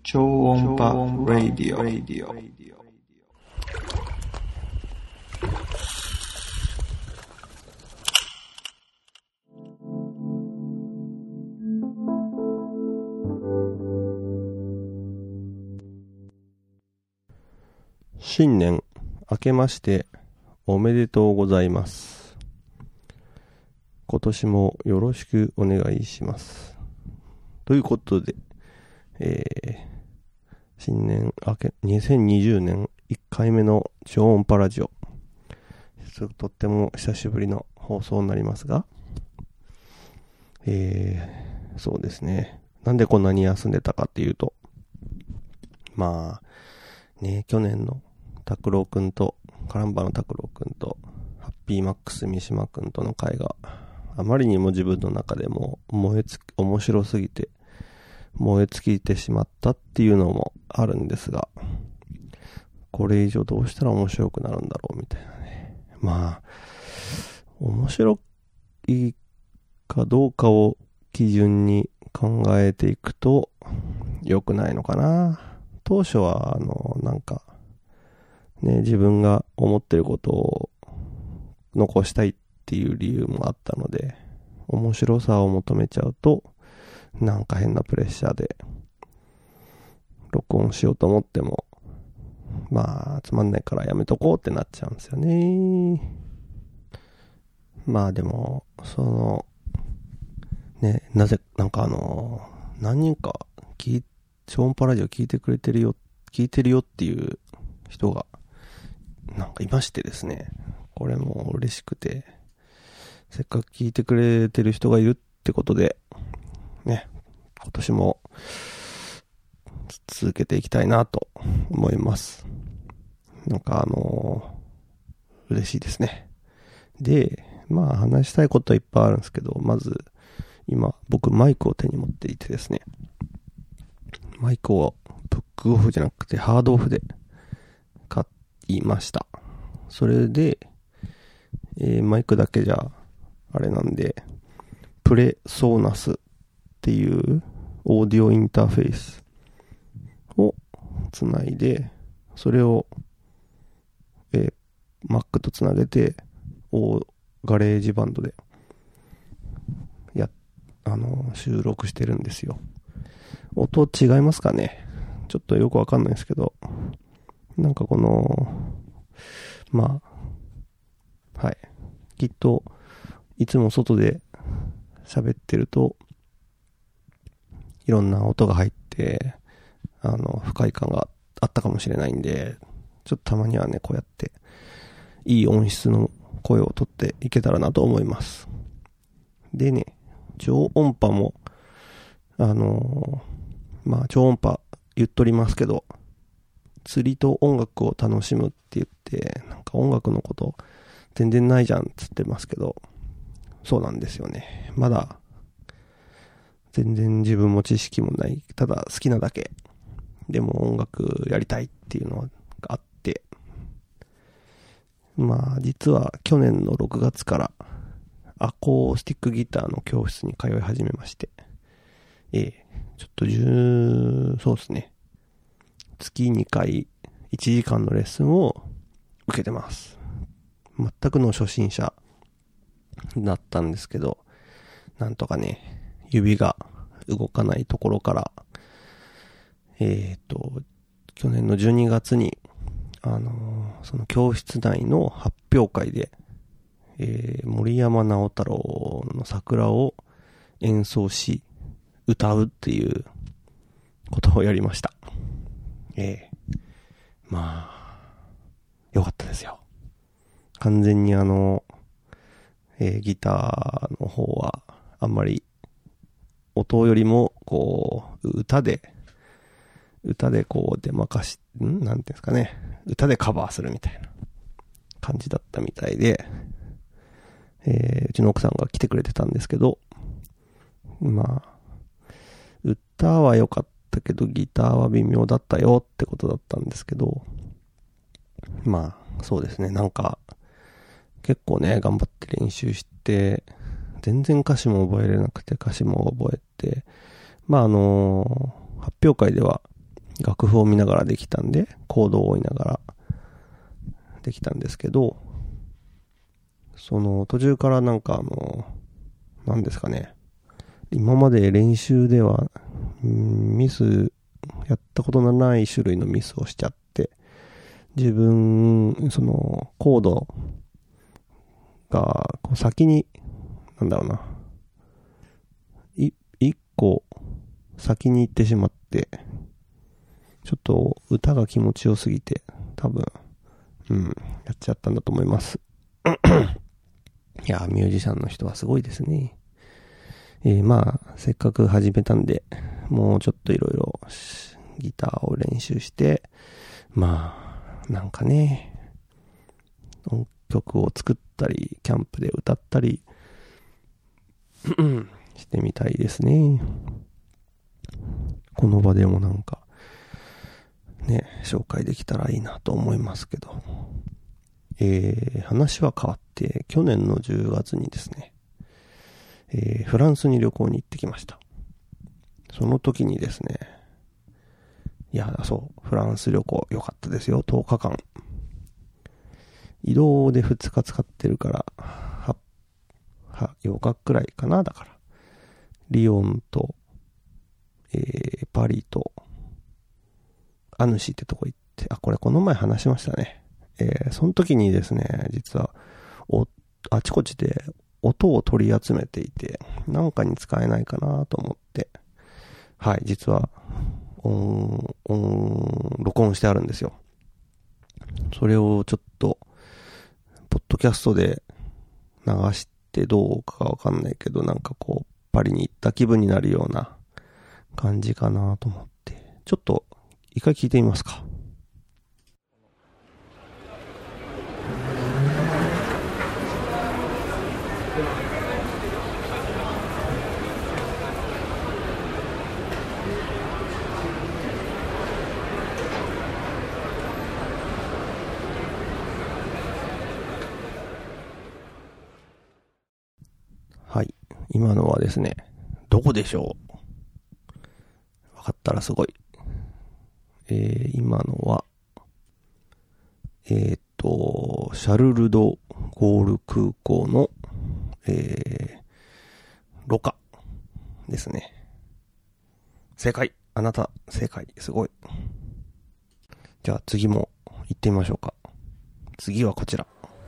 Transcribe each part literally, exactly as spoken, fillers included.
超音波ラディオ。 新年明けましておめでとうございます。今年もよろしくお願いします。ということで、えー、新年明けにせんにじゅうねんいっかいめの超音波ラジオ、とっても久しぶりの放送になりますが、えー、そうですね、なんでこんなに休んでたかっていうと、まあね、去年の拓郎くんとカランバの拓郎くんとハッピーマックス三島くんとの会があまりにも自分の中でも燃えつ面白すぎて燃え尽きてしまったっていうのもあるんですが、これ以上どうしたら面白くなるんだろうみたいなね。まあ面白いかどうかを基準に考えていくと良くないのかな。当初はあのなんかね、自分が思ってることを残したいっていう理由もあったので、面白さを求めちゃうとなんか変なプレッシャーで録音しようと思ってもまあつまんないからやめとこうってなっちゃうんですよね。まあでもそのね、なぜなんかあの何人か聞い超音波ラジオ聞いてくれてるよ聞いてるよっていう人がなんかいましてですね、これも嬉しくて、せっかく聞いてくれてる人がいるってことでね、今年も続けていきたいなと思います。なんかあのー、嬉しいですね。で、まあ話したいことはいっぱいあるんですけど、まず今僕マイクを手に持っていてですね、マイクをブックオフじゃなくてハードオフで買いました。それで、えー、マイクだけじゃあれなんで、プレソーナスっていうオーディオインターフェースをつないで、それを、えー、Mac とつなげて、おガレージバンドでやあの収録してるんですよ。音違いますかね？ちょっとよくわかんないですけど、なんかこのまあはい、きっといつも外で喋ってるといろんな音が入ってあの不快感があったかもしれないんで、ちょっとたまにはねこうやっていい音質の声を取っていけたらなと思います。でね、超音波もあのー、まあ超音波言っとりますけど、釣りと音楽を楽しむって言ってなんか音楽のこと全然ないじゃんっつってますけど、そうなんですよね。まだ全然自分も知識もない、ただ好きなだけでも音楽やりたいっていうのがあって、まあ実は去年のろくがつからアコースティックギターの教室に通い始めまして、ええちょっと10そうですね、月にかいいちじかんのレッスンを受けてます。全くの初心者だったんですけど、なんとかね指が動かないところからえっと去年のじゅうにがつにあのー、その教室内の発表会で、えー、森山直太朗の桜を演奏し歌うっていうことをやりました。えー、まあよかったですよ。完全にあの、えー、ギターの方はあんまり音よりもこう歌で歌でこう出まかしんなんていうんですかね、歌でカバーするみたいな感じだったみたいで、えー、うちの奥さんが来てくれてたんですけど、まあ歌は良かったけどギターは微妙だったよってことだったんですけど、まあそうですね、なんか結構ね頑張って練習して全然歌詞も覚えれなくて、歌詞も覚えて、まああのー、発表会では楽譜を見ながらできたんで、コードを追いながらできたんですけど、その途中からなんかあの、なんですかね、今まで練習では、ミス、やったことのない種類のミスをしちゃって、自分、そのコードがこう先に、なんだろうな、い、一個先に行ってしまって、ちょっと歌が気持ちよすぎて、多分、うん、やっちゃったんだと思います。いや、ミュージシャンの人はすごいですね。えー、まあ、せっかく始めたんで、もうちょっといろいろギターを練習して、まあ、なんかね、音曲を作ったり、キャンプで歌ったり、してみたいですね。この場でもなんか、ね、紹介できたらいいなと思いますけど。えー、話は変わって、去年のじゅうがつにですね、えー、フランスに旅行に行ってきました。その時にですね、いや、そう、フランス旅行良かったですよ、とおかかん。移動でふつか使ってるから、は、は、ようかくらいかな、だから。リヨンと、えー、パリと、アヌシってとこ行って、あ、これこの前話しましたね。えー、その時にですね、実は、お、あちこちで音を取り集めていて、なんかに使えないかなと思って、はい、実は、音、音、録音してあるんですよ。それをちょっと、ポッドキャストで流してどうかわかんないけど、なんかこう、パリに行った気分になるような感じかなと思って、ちょっと一回聞いてみますか。はい。今のはですね、どこでしょう？わかったらすごい。えー、今のは、えーっと、シャルルド・ゴール空港の、えー、ロカですね。正解。あなた、正解。すごい。じゃあ次も行ってみましょうか。次はこちら。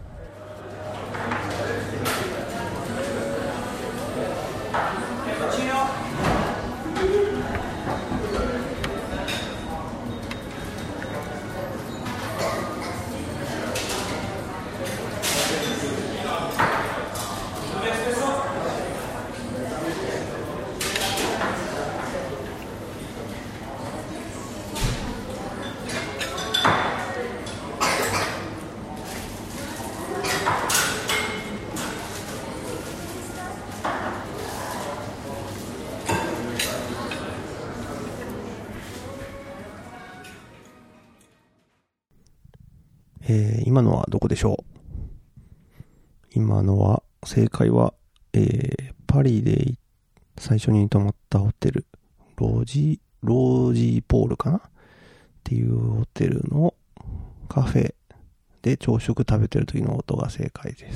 えー、今のはどこでしょう？今のは、正解は、えー、パリで最初に泊まったホテル、ロジ、ロージーポールかなっていうホテルのカフェで朝食食べてる時の音が正解です。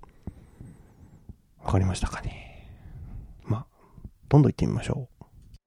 わかりましたかね？まあ、どんどん行ってみましょう。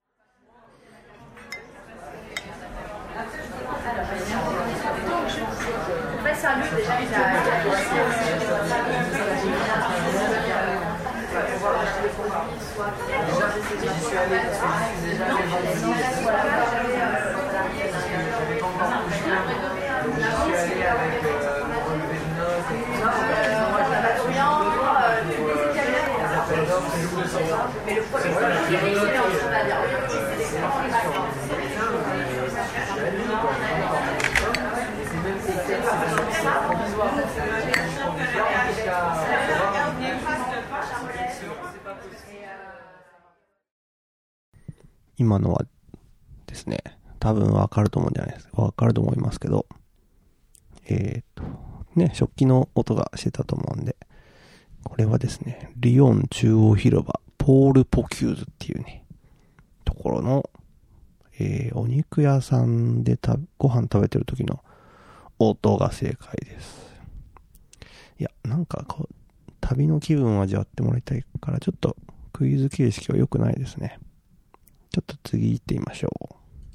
今のはですね、多分わかると思うんじゃないですか。わかると思いますけど、えー、っと、ね、食器の音がしてたと思うんで、これはですね、リヨン中央広場、ポール・ポキューズっていうね、ところの、 えー、お肉屋さんでたご飯食べてる時の音が正解です。いや、なんかこう、旅の気分を味わってもらいたいから、ちょっとクイズ形式は良くないですね。ちょっと次行ってみましょう。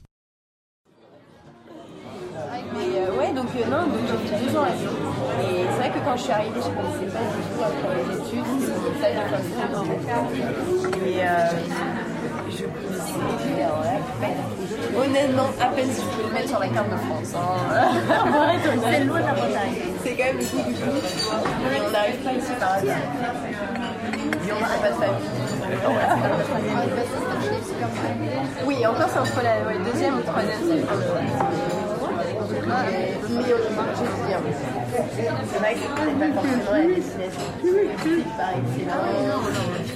Ouais, donc euh, non, donc j'ai fait deux ans à Lyon. Et c'est vrai que quand je suis arrivée, je ne connaissais pas du tout après les études, c'est ça, j'ai fait deux ans. Et euh, je connaissais, alors là, honnêtement, à peine si je peux le mettre sur la carte de France. Hein. C'est loin de la Bretagne. C'est quand même le coup du coup. Mais on n'arrive pas ici par hasard. Lyon, c'est pas de famille. Oui, encore c'est entre la ouais, deuxième ou troisième, c'est le mais j'ai bien. C'est vrai que c'est pas forcément la destination touristique par excellence.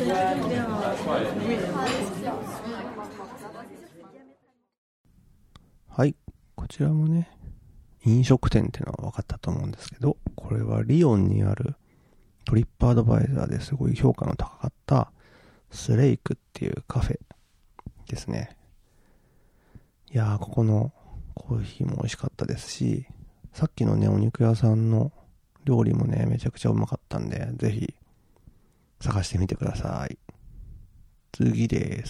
Oui. はい。こちらもね、飲食店っていうのは分かったと思うんですけど、これはリヨンにあるトリップアドバイザーですごい評価の高かったスレイクっていうカフェですね。いやー、ここのコーヒーも美味しかったですし、さっきのね、お肉屋さんの料理もね、めちゃくちゃうまかったんで、ぜひ探してみてください。次です。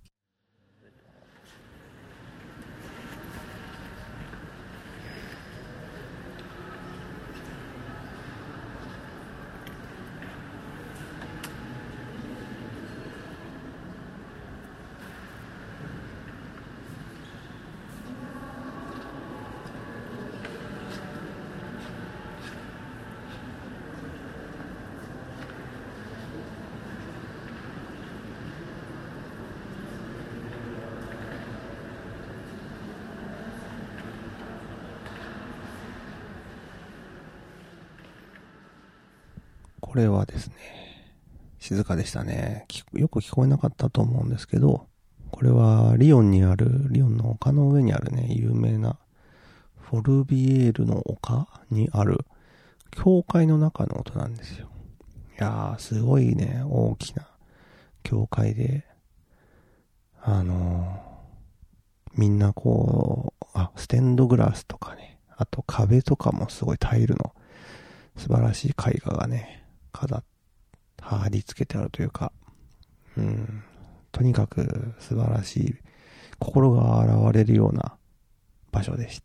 これはですね、静かでしたね。よく聞こえなかったと思うんですけど、これはリヨンにある、リヨンの丘の上にあるね、有名なフォルビエールの丘にある教会の中の音なんですよ。いやー、すごいね、大きな教会で、あのー、みんなこう、あ、ステンドグラスとかね、あと壁とかもすごいタイルの素晴らしい絵画がね、飾っ、貼り付けてあるというか、うん、とにかく素晴らしい、心が洗われるような場所でした。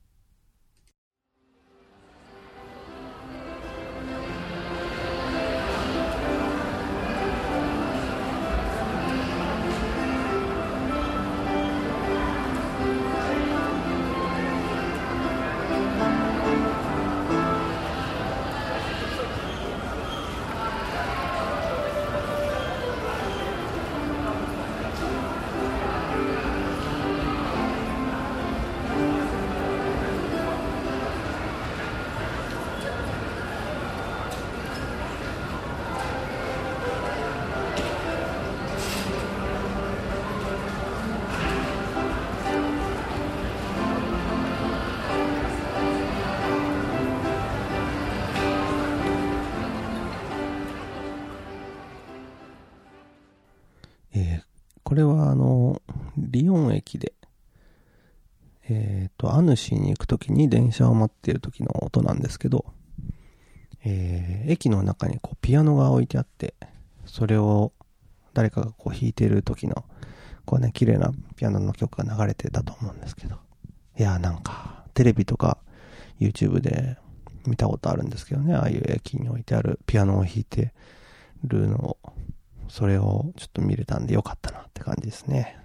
これはあの、リヨン駅で、えっと、アヌシーに行くときに電車を待っているときの音なんですけど、えー、駅の中にこうピアノが置いてあって、それを誰かがこう弾いているときの、こうね、綺麗なピアノの曲が流れてたと思うんですけど、いやーなんか、テレビとか YouTube で見たことあるんですけどね、ああいう駅に置いてあるピアノを弾いてるのを、それをちょっと見れたんでよかったなって感じですね。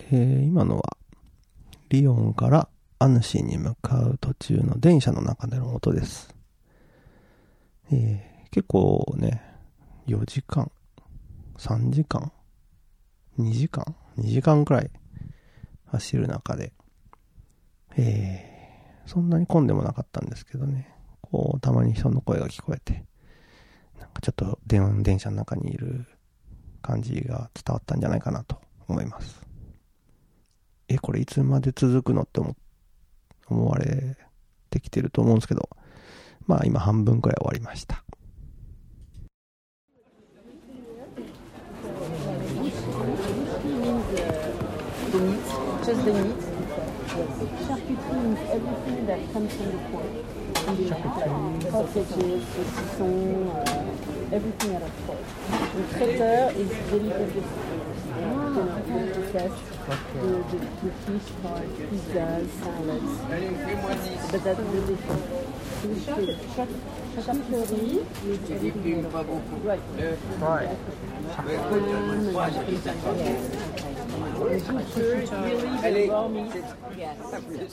えー、今のはリヨンからアヌシーに向かう途中の電車の中での音です。えー、結構ね、よじかん、さんじかん、にじかん、にじかんくらい走る中で、えー、そんなに混んでもなかったんですけどね、こうたまに人の声が聞こえて、なんかちょっと電電車の中にいる感じが伝わったんじゃないかなと思います。え、これいつまで続くのって思、思われてきてると思うんですけど、まあ今半分くらい終わりました。 Charcuterie means everything that comes from the pork. Like sausages, saucissons, uh, everything out of pork. And traiteur is delivered ah, the fresh, the, the, the fish part, pizzas, salads. But that's really fun. Charcuterie is everything out of pork. Right. Right. Really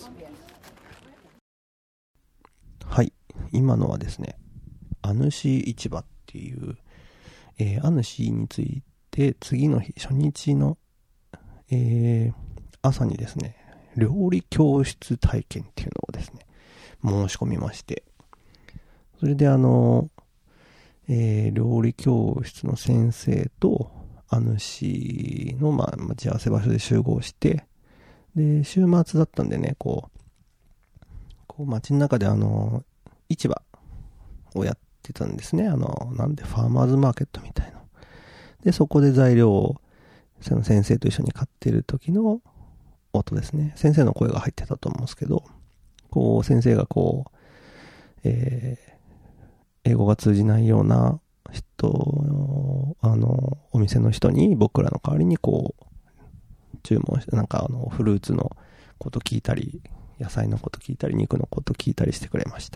はい、今のはですね、アヌシー市場っていう、えー、アヌシーについて次の日初日の、えー、朝にですね、料理教室体験っていうのをですね申し込みまして、それであの、えー、料理教室の先生とアヌシーの、まあ、待ち合わせ場所で集合して、で週末だったんでね、こうこう街の中であの市場をやってたんですね。あのなんでファーマーズマーケットみたいな。でそこで材料をその先生と一緒に買ってる時の音ですね。先生の声が入ってたと思うんですけど、こう先生がこう、えー、英語が通じないような人のあのお店の人に僕らの代わりにこう注文して、なんかあのフルーツのこと聞いたり、野菜のこと聞いたり、肉のこと聞いたりしてくれました。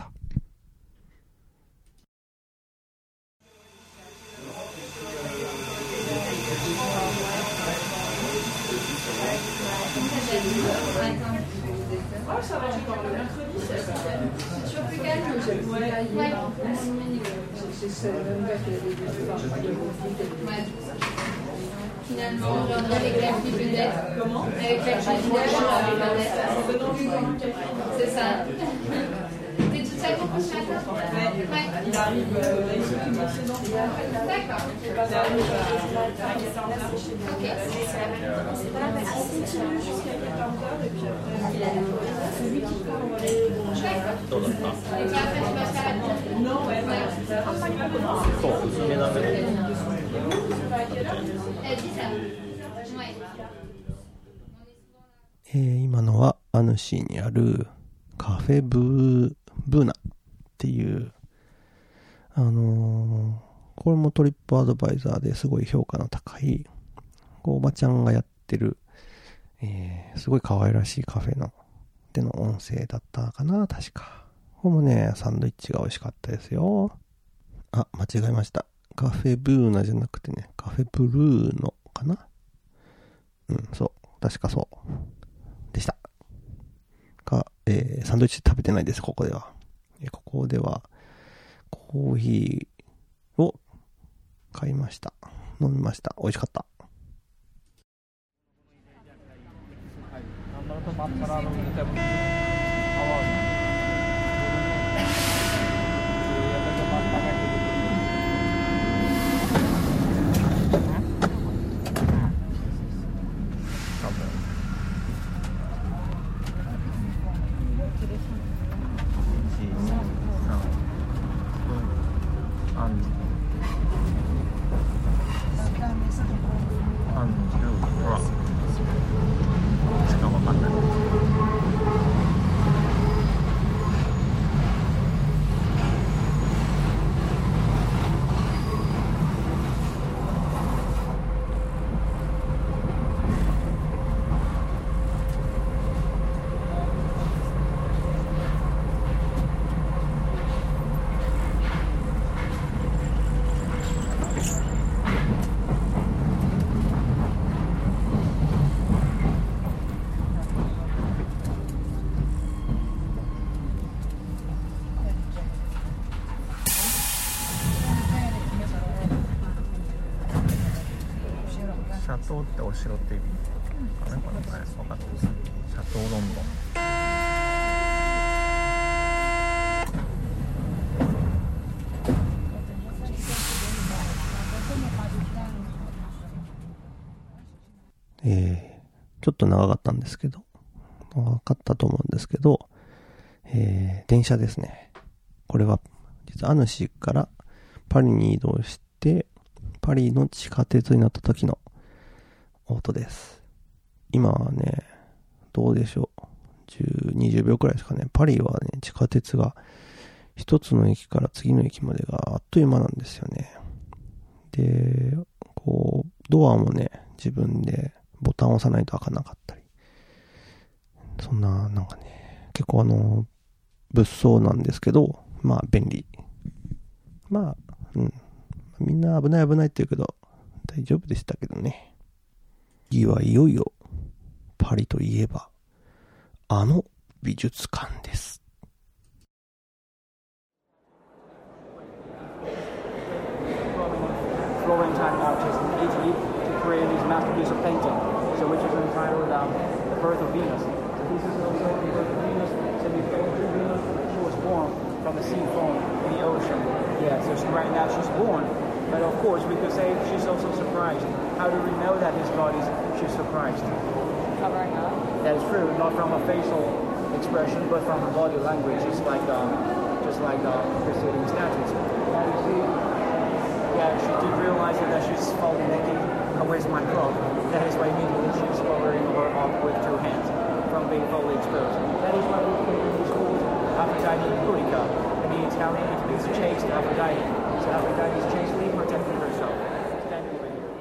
Finalement, avec la fille peut-être. Comment? Avec la fille peut-être. C'est ça. T'es toute seule pour ce matin? Ouais. Il arrive. D'accord. Ok. C'est pas la peine. On continue jusqu'à quatorze heures et puis après, c'est lui qui peut envoyer. D'accord. Et puis après, tu vas faire la pause? Non, ouais, ouais. Ouais. えー、今のはアヌシーにあるカフェブーブーナっていうあのー、これもトリップアドバイザーですごい評価の高いおばちゃんがやってる、えー、すごい可愛らしいカフェのでの音声だったかな、確か。これもねサンドイッチが美味しかったですよ。あ、間違えました。カフェブーナじゃなくてね、カフェブルーノかな。うん、そう、確かそうでしたか、えー、サンドイッチ食べてないです。ここでは、えー、ここではコーヒーを買いました。飲みました。美味しかった。 シャトーってお城って意味かね、この前分かってます。シャトーロンドン。 えー、ちょっと長かったんですけど、分かったと思うんですけど、えー、電車ですね。これは実はアヌシーからパリに移動して、パリの地下鉄になった時の音です。今はね、どうでしょう。じゅう、にじゅうびょうくらいですかね。パリはね、地下鉄が一つの駅から次の駅までがあっという間なんですよね。で、こう、ドアもね、自分でボタンを押さないと開かなかったり。そんな、なんかね、結構あの、物騒なんですけど、まあ便利。まあ、うん。みんな危ない危ないって言うけど、大丈夫でしたけどね。次はいよいよ、パリといえば、あの美術館です。 Florentine artist in Italy to create his masterpiece of painting, so which is entitled um, The Birth of Venus. So this is also the birth of Venus. So before Venus, she was born from the sea foam in the ocean. Yeah, so she, right now she's born, but of course we could say she's also surprised. How do we know that his body she's surprised? Covering up. That is true, not from a facial expression, but from her body language, just like um, just like the preceding statues. Now you see. Yeah, she did realize that she's falling naked. Oh, where's my cloak? That is why immediately she's covering her up with two hands from being fully exposed. That is why we put in this called Aphrodite Pudica. In the Italian, it means chaste Aphrodite. So Aphrodite is chastely protecting herself. Standing over here.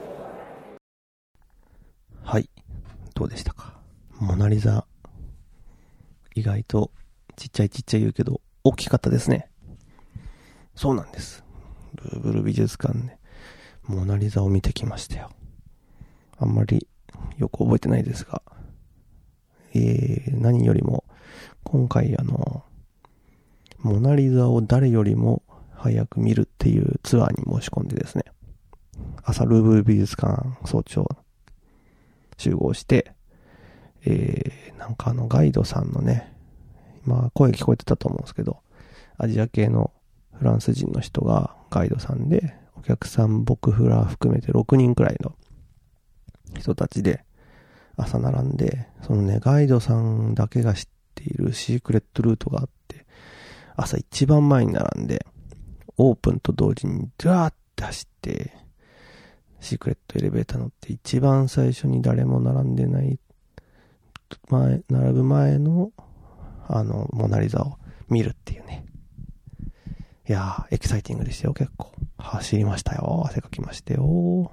はい。どうでしたか。モナリザ、意外とちっちゃいちっちゃい言うけど、大きかったですね。そうなんです。ルーブル美術館ね、モナリザを見てきましたよ。あんまりよく覚えてないですが、えー、何よりも今回あのモナリザを誰よりも早く見るっていうツアーに申し込んでですね、朝ルーブル美術館早朝集合して、えー、なんかあのガイドさんのね、今声聞こえてたと思うんですけど、アジア系のフランス人の人がガイドさんで、お客さん僕フラ含めてろくにんくらいの人たちで朝並んで、そのねガイドさんだけが知っているシークレットルートがあって、朝一番前に並んでオープンと同時にドワーって走ってシークレットエレベーター乗って一番最初に誰も並んでない前並ぶ前のあのモナリザを見るっていうね。いやー、エキサイティングでしたよ、結構。走りましたよ。汗かきましたよ。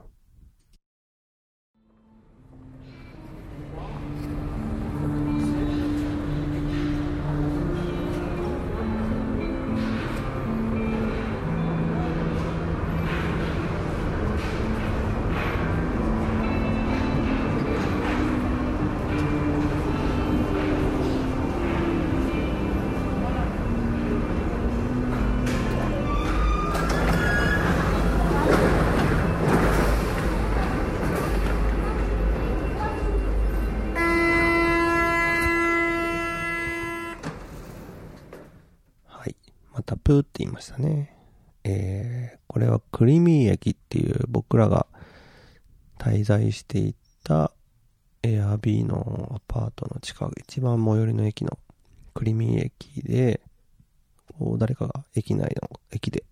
プーって言いましたね。えー、これはクリミー駅っていう僕らが滞在していたエアビーのアパートの近く、一番最寄りの駅のクリミー駅で、こう誰かが駅内の駅で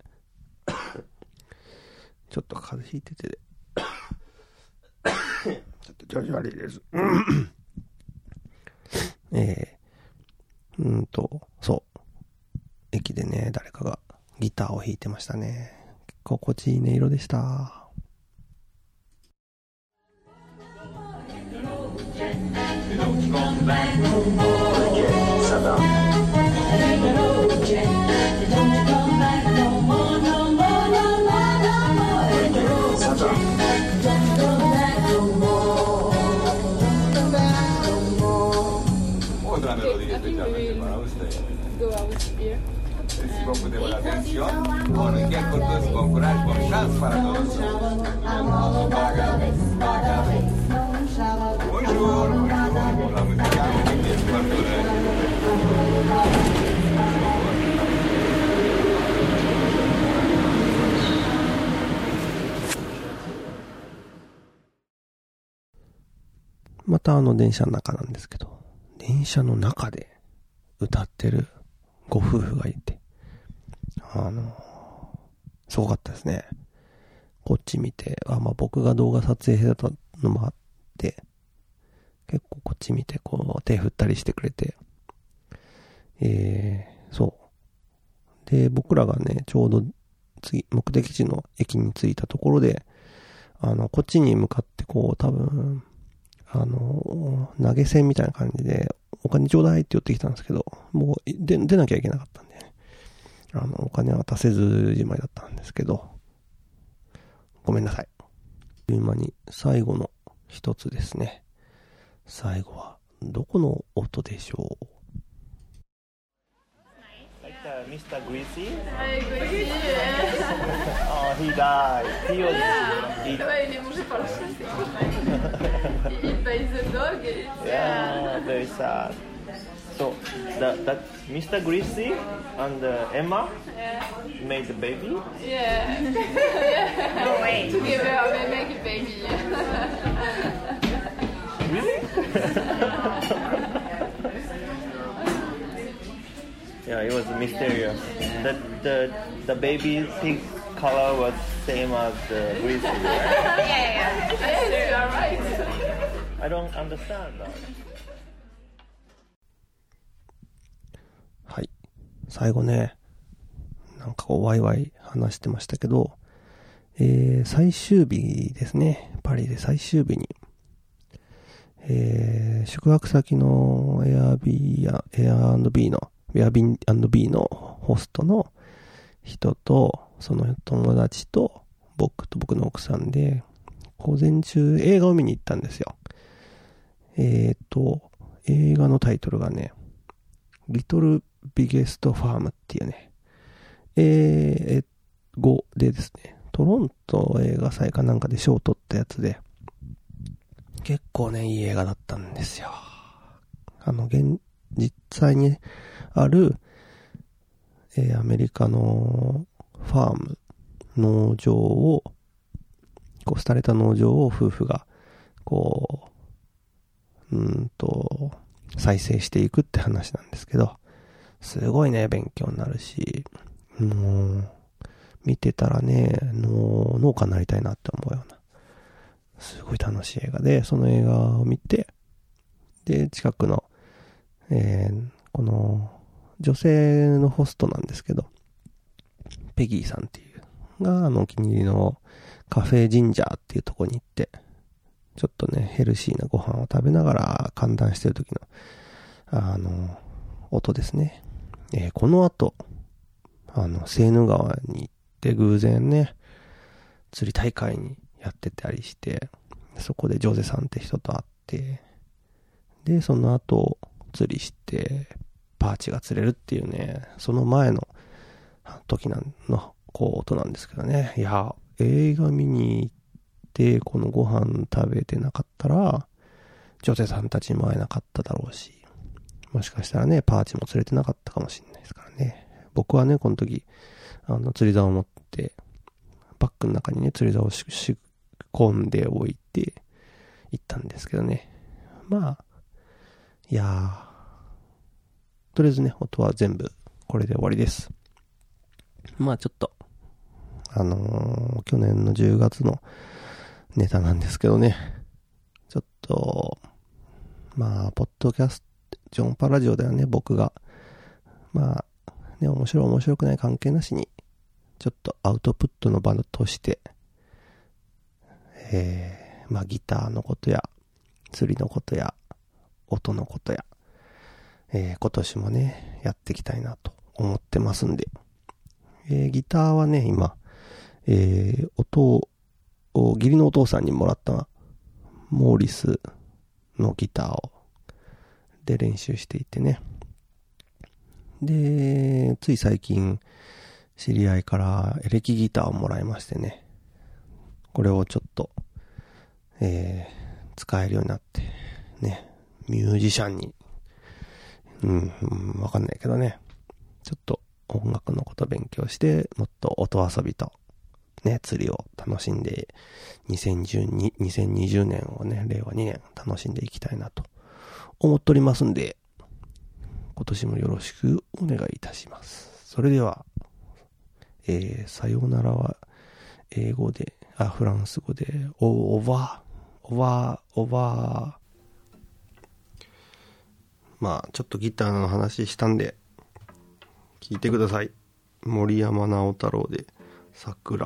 ちょっと風邪ひいててちょっと調子悪いですえー、うんとそう駅でね、誰かがギターを弾いてましたね。心地いい音色でした。 Si beaucoup de votre attention, on requiert pour tous bon courage, bonne chance para todos. またあの電車の中なんですけど、電車の中で歌ってるご夫婦がいて、あの、すごかったですね。こっち見て、あ、まあ僕が動画撮影してたのもあって、結構こっち見てこう手振ったりしてくれて、えー、そう。で、僕らがね、ちょうど次、目的地の駅に着いたところで、あの、こっちに向かってこう、多分、あの、投げ銭みたいな感じで、お金ちょうだいって言ってきたんですけど、もう出、出なきゃいけなかったんでね。あの、お金は出せずじまいだったんですけど、ごめんなさい。今に最後の一つですね。最後は、どこの音でしょう？ Like uh, Mister Greasy? Ouais, Greasy. Oh, he died. He was. Yeah. He, Ouais, il est mangé par le chien, c'est cool. Il by the dog. Et yeah, very sad. So, the, that Mister Greasy and uh, Emma yeah. made the baby. Yeah. Yeah. No way. Together, they make a baby. Really? Yeah, it was mysterious. The the the baby pig color was same as the Greasy, right? Yeah, yeah, Yes, you are right. I don't understand that. はい。最後ね、なんかこうワイワイ話してましたけど、えー、最終日ですね。パリで最終日に、えー、宿泊先の Airbnb や Airbnb の Airbnb のホストの人と、その友達と僕と僕の奥さんで、午前中映画を見に行ったんですよ。えーと、映画のタイトルがね、リトルビゲストファームっていうね、えー、語でですね、トロント映画祭かなんかで賞を取ったやつで、結構ね、いい映画だったんですよ。あの、現、実際にある、えー、アメリカのファーム、農場を、こう、廃れた農場を夫婦が、こう、うーんと、再生していくって話なんですけど、すごいね、勉強になるし、もう、見てたらね、農、農家になりたいなって思うような、すごい楽しい映画で、その映画を見て、で、近くの、えー、この、女性のホストなんですけど、ペギーさんっていうが、あの、お気に入りのカフェジンジャーっていうとこに行って、ちょっとね、ヘルシーなご飯を食べながら歓談してる時の、あの、音ですね。えー、この後、あの、セーヌ川に行って偶然ね、釣り大会にやってたりして、そこでジョゼさんって人と会って、で、その後、釣りして、パーチが釣れるっていうね、その前の時なんの、こう、音なんですけどね。いや、映画見に行って、このご飯食べてなかったら、ジョゼさんたちにも会えなかっただろうし、もしかしたらね、パーチも釣れてなかったかもしれないですからね。僕はね、この時、あの、釣り竿を持って、バッグの中にね、釣り竿を仕込んでおいて、行ったんですけどね。まあ、いやー、とりあえずね、音は全部、これで終わりです。まあちょっと、あのー、去年のじゅうがつのネタなんですけどね。ちょっと、まあ、ポッドキャスト、ジョンパラジオではね、僕が、まあ、ね、面白い面白くない関係なしに、ちょっとアウトプットの場として、えー、まあギターのことや、釣りのことや、音のことや、えー、今年もね、やっていきたいなと思ってますんで、えー、ギターはね、今、えー、音を、義理のお父さんにもらったモーリスのギターを、で練習していてね。で、つい最近、知り合いからエレキギターをもらいましてね。これをちょっと、えー、使えるようになって、ね、ミュージシャンに、うん、うん、わかんないけどね。ちょっと音楽のこと勉強して、もっと音遊びと、 ね、釣りを楽しんで、にせんじゅうに、にせんにじゅうねんをね、れいわにねん楽しんでいきたいなと思っておりますんで、今年もよろしくお願いいたします。それでは、えー、さようならは英語で、あ、フランス語で、オーバー、オーバー、オーバー。まあ、ちょっとギターの話したんで、聞いてください。森山直太朗で、桜。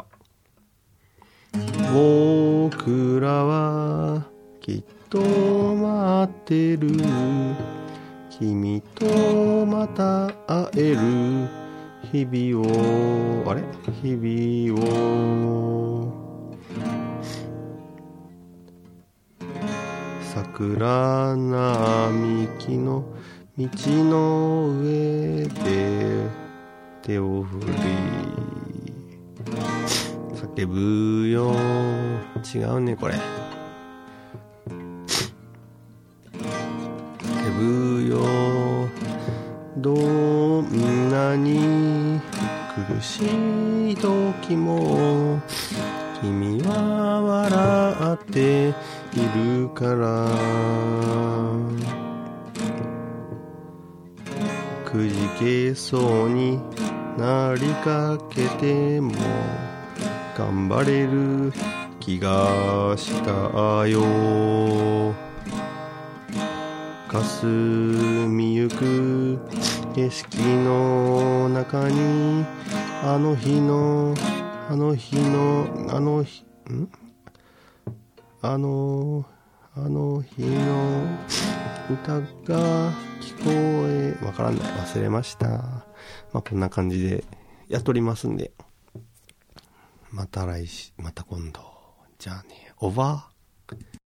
僕らはきっと待ってる。君とまた会える日々を、あれ日々を。桜並木の道の上で手を振り叫ぶよ。違うねこれ。叫ぶよ。どんなに苦しい時も君は笑っているから。くじけそうになりかけても頑張れる気がしたよ。霞みゆく景色の中にあの日のあの日のあの日んあのあの日の歌が聞こえ、わからない、忘れました。まあこんな感じでやっとりますんで、また来週、また今度。じゃあね、オーバー。